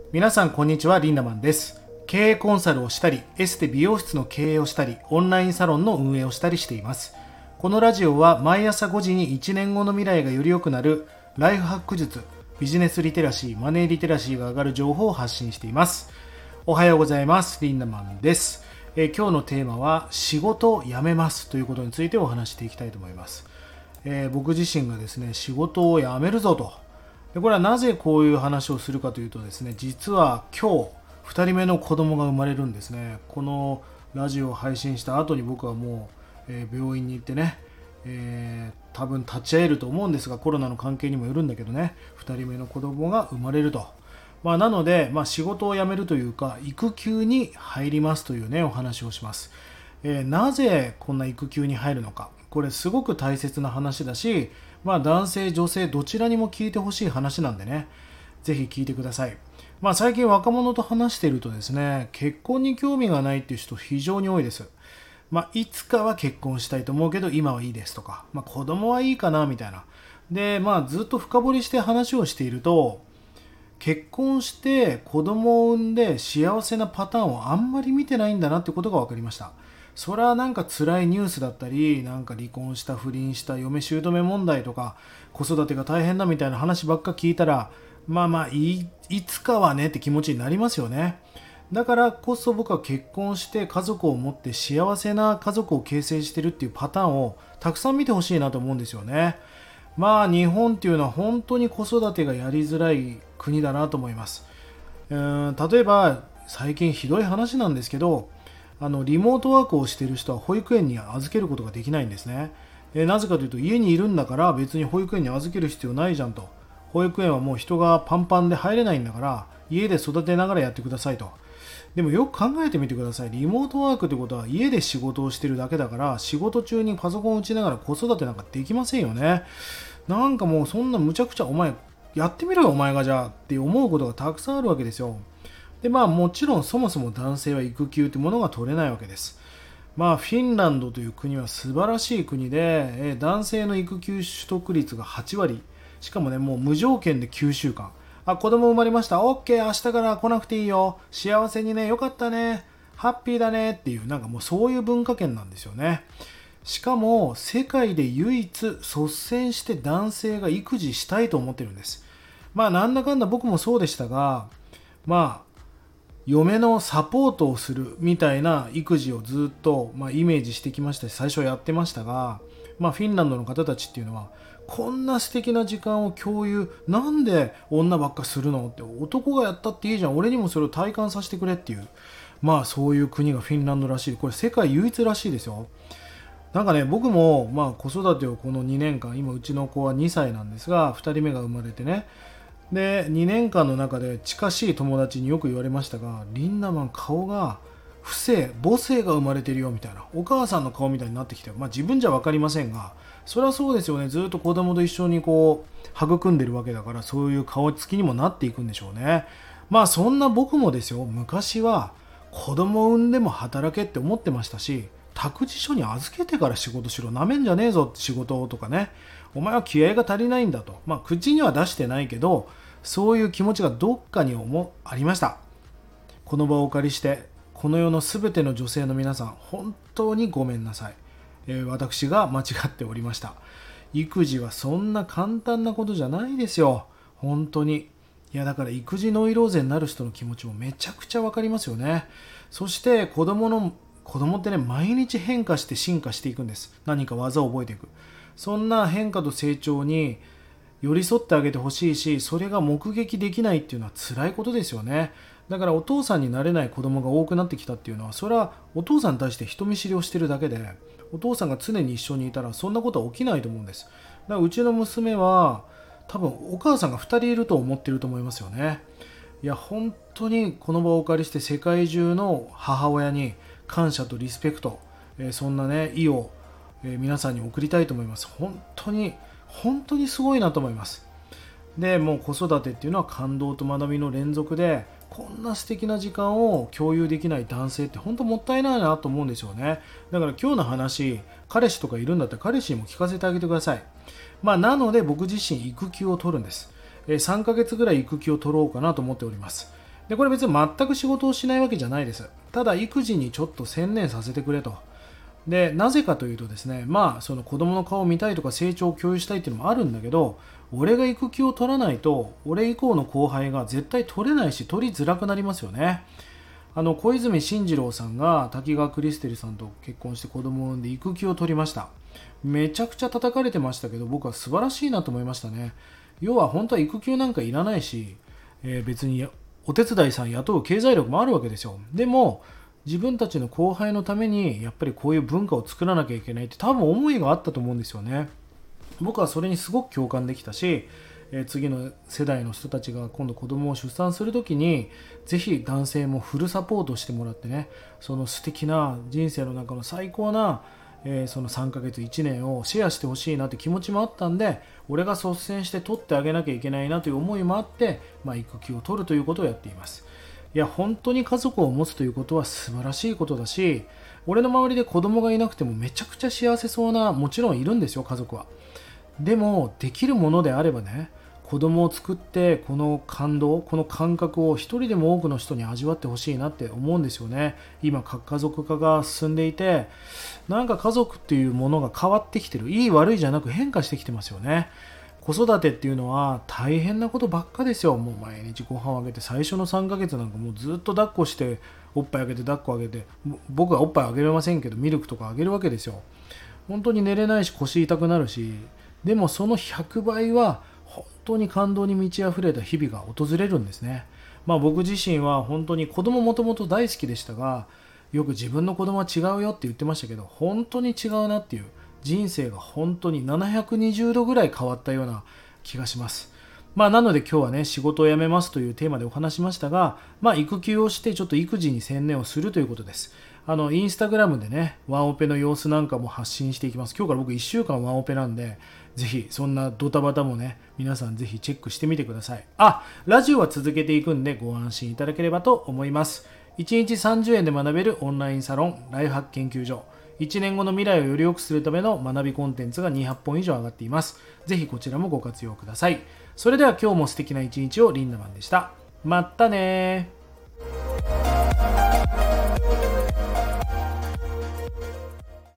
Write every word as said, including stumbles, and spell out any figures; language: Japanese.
皆さんこんにちは、リンダマンです。経営コンサルをしたり、エステ美容室の経営をしたり、オンラインサロンの運営をしたりしています。このラジオは毎朝ごじにいちねんごの未来がより良くなるライフハック術、ビジネスリテラシー、マネーリテラシーが上がる情報を発信しています。おはようございます。リンダマンです。えー、今日のテーマは仕事を辞めますということについてお話していきたいと思います。えー、僕自身がですね、仕事を辞めるぞと。でこれはなぜこういう話をするかというとですね、実は今日ふたりめの子供が生まれるんですね。このラジオを配信した後に僕はもう、えー、病院に行ってね、えー、多分立ち会えると思うんですが、コロナの関係にもよるんだけどね、ふたりめの子供が生まれると。まあ、なので、まあ、仕事を辞めるというか育休に入りますというねお話をします。えー、なぜこんな育休に入るのか、これすごく大切な話だし、まあ、男性女性どちらにも聞いてほしい話なんでね、ぜひ聞いてください。まあ、最近若者と話しているとですね、結婚に興味がないっていう人非常に多いです。まあ、いつかは結婚したいと思うけど今はいいですとか、まあ、子供はいいかなみたいな。で、まあ、ずっと深掘りして話をしていると、結婚して子供を産んで幸せなパターンをあんまり見てないんだなってことが分かりました。それはなんか辛いニュースだったり、なんか離婚した不倫した嫁姑問題とか子育てが大変だみたいな話ばっか聞いたら、まあまあ い, いつかはねって気持ちになりますよね。だからこそ僕は結婚して家族を持って幸せな家族を形成してるっていうパターンをたくさん見てほしいなと思うんですよね。まあ日本っていうのは本当に子育てがやりづらい国だなと思います。うーん例えば最近ひどい話なんですけど、あのリモートワークをしている人は保育園に預けることができないんですね。えなぜかというと、家にいるんだから別に保育園に預ける必要ないじゃんと。保育園はもう人がパンパンで入れないんだから家で育てながらやってくださいと。でもよく考えてみてください。リモートワークってことは家で仕事をしてるだけだから、仕事中にパソコンを打ちながら子育てなんかできませんよね。なんかもうそんなむちゃくちゃお前やってみろよお前がじゃあって思うことがたくさんあるわけですよ。でまあもちろんそもそも男性は育休というものが取れないわけです。まあフィンランドという国は素晴らしい国で、え男性の育休取得率がはちわり、しかもねもう無条件できゅうしゅうかん。あ、子供生まれました、 OK、 明日から来なくていいよ、幸せにね、よかったね、ハッピーだねっていう、なんかもうそういう文化圏なんですよね。しかも世界で唯一率先して男性が育児したいと思ってるんです。まあなんだかんだ僕もそうでしたが、まあ嫁のサポートをするみたいな育児をずっと、まあ、イメージしてきましたし、最初やってましたが、まあ、フィンランドの方たちっていうのはこんな素敵な時間を共有、なんで女ばっかするのって、男がやったっていいじゃん、俺にもそれを体感させてくれっていう、まあそういう国がフィンランドらしい。これ世界唯一らしいですよ。なんかね、僕もまあ子育てをこのにねんかん、今うちの子はにさいなんですが、ふたりめが生まれてね、でにねんかんの中で近しい友達によく言われましたが、リンダマン顔が不正母性が生まれてるよみたいな、お母さんの顔みたいになってきて、まあ自分じゃ分かりませんが、それはそうですよね。ずっと子供と一緒にこう育んでるわけだから、そういう顔つきにもなっていくんでしょうね。まあそんな僕もですよ、昔は子供を産んでも働けって思ってましたし、託児所に預けてから仕事しろ、なめんじゃねえぞって仕事とかね、お前は気合が足りないんだと、まあ口には出してないけど、そういう気持ちがどっかにもありました。この場をお借りしてこの世のすべての女性の皆さん、本当にごめんなさい。えー、私が間違っておりました。育児はそんな簡単なことじゃないですよ、本当に。いやだから育児ノイローゼになる人の気持ちもめちゃくちゃわかりますよね。そして子供の子供ってね、毎日変化して進化していくんです。何か技を覚えていく。そんな変化と成長に寄り添ってあげてほしいし、それが目撃できないっていうのは辛いことですよね。だからお父さんになれない子供が多くなってきたっていうのは、それはお父さんに対して人見知りをしてるだけで、お父さんが常に一緒にいたらそんなことは起きないと思うんです。だからうちの娘は多分お母さんがふたりいると思ってると思いますよね。いや本当にこの場をお借りして世界中の母親に感謝とリスペクト、えー、そんなね意を、えー、皆さんに送りたいと思います。本当に本当にすごいなと思います。でもう子育てっていうのは感動と学びの連続で、こんな素敵な時間を共有できない男性って本当もったいないなと思うんですよね。だから今日の話、彼氏とかいるんだったら彼氏にも聞かせてあげてください。まあなので僕自身育休を取るんです。さんかげつぐらい育休を取ろうかなと思っております。 で、これ別に全く仕事をしないわけじゃないです。ただ育児にちょっと専念させてくれと。で、なぜかというとですね、まあその子供の顔を見たいとか成長を共有したいっていうのもあるんだけど、俺が育休を取らないと俺以降の後輩が絶対取れないし取りづらくなりますよね。あの小泉進次郎さんが滝川クリステルさんと結婚して子供を産んで育休を取りました。めちゃくちゃ叩かれてましたけど、僕は素晴らしいなと思いましたね。要は本当は育休なんかいらないし、えー別にお手伝いさん雇う経済力もあるわけですよ。でも自分たちの後輩のためにやっぱりこういう文化を作らなきゃいけないって多分思いがあったと思うんですよね。僕はそれにすごく共感できたし、えー次の世代の人たちが今度子供を出産するときにぜひ男性もフルサポートしてもらってね、その素敵な人生の中の最高な、えーそのさんかげついちねんをシェアしてほしいなって気持ちもあったんで、俺が率先して取ってあげなきゃいけないなという思いもあって、まあ、育休を取るということをやっています。いや本当に家族を持つということは素晴らしいことだし、俺の周りで子供がいなくてもめちゃくちゃ幸せそうな、もちろんいるんですよ、家族は。でもできるものであればね、子供を作ってこの感動、この感覚を一人でも多くの人に味わってほしいなって思うんですよね。今核家族化が進んでいて、なんか家族っていうものが変わってきてる、いい悪いじゃなく変化してきてますよね。子育てっていうのは大変なことばっかですよ。もう毎日ご飯をあげて、最初のさんかげつなんかもうずっと抱っこしておっぱいあげて抱っこあげて、僕はおっぱいあげれませんけどミルクとかあげるわけですよ。本当に寝れないし腰痛くなるし、でもそのひゃくばいは本当に感動に満ち溢れた日々が訪れるんですね。まあ僕自身は本当に子供もともと大好きでしたが、よく自分の子供は違うよって言ってましたけど、本当に違うなっていう、人生が本当にななひゃくにじゅうどぐらい変わったような気がします。まあなので今日はね、仕事を辞めますというテーマでお話しましたが、まあ育休をしてちょっと育児に専念をするということです。あのインスタグラムでね、ワンオペの様子なんかも発信していきます。今日から僕いっしゅうかんワンオペなんで、ぜひそんなドタバタもね、皆さんぜひチェックしてみてください。あ、ラジオは続けていくんでご安心いただければと思います。いちにちさんじゅうえんで学べるオンラインサロンライフハック研究所。いちねんごの未来をより良くするための学びコンテンツがにひゃっぽん以上上がっています。ぜひこちらもご活用ください。それでは今日も素敵な一日をリンダマンでした。まったねー。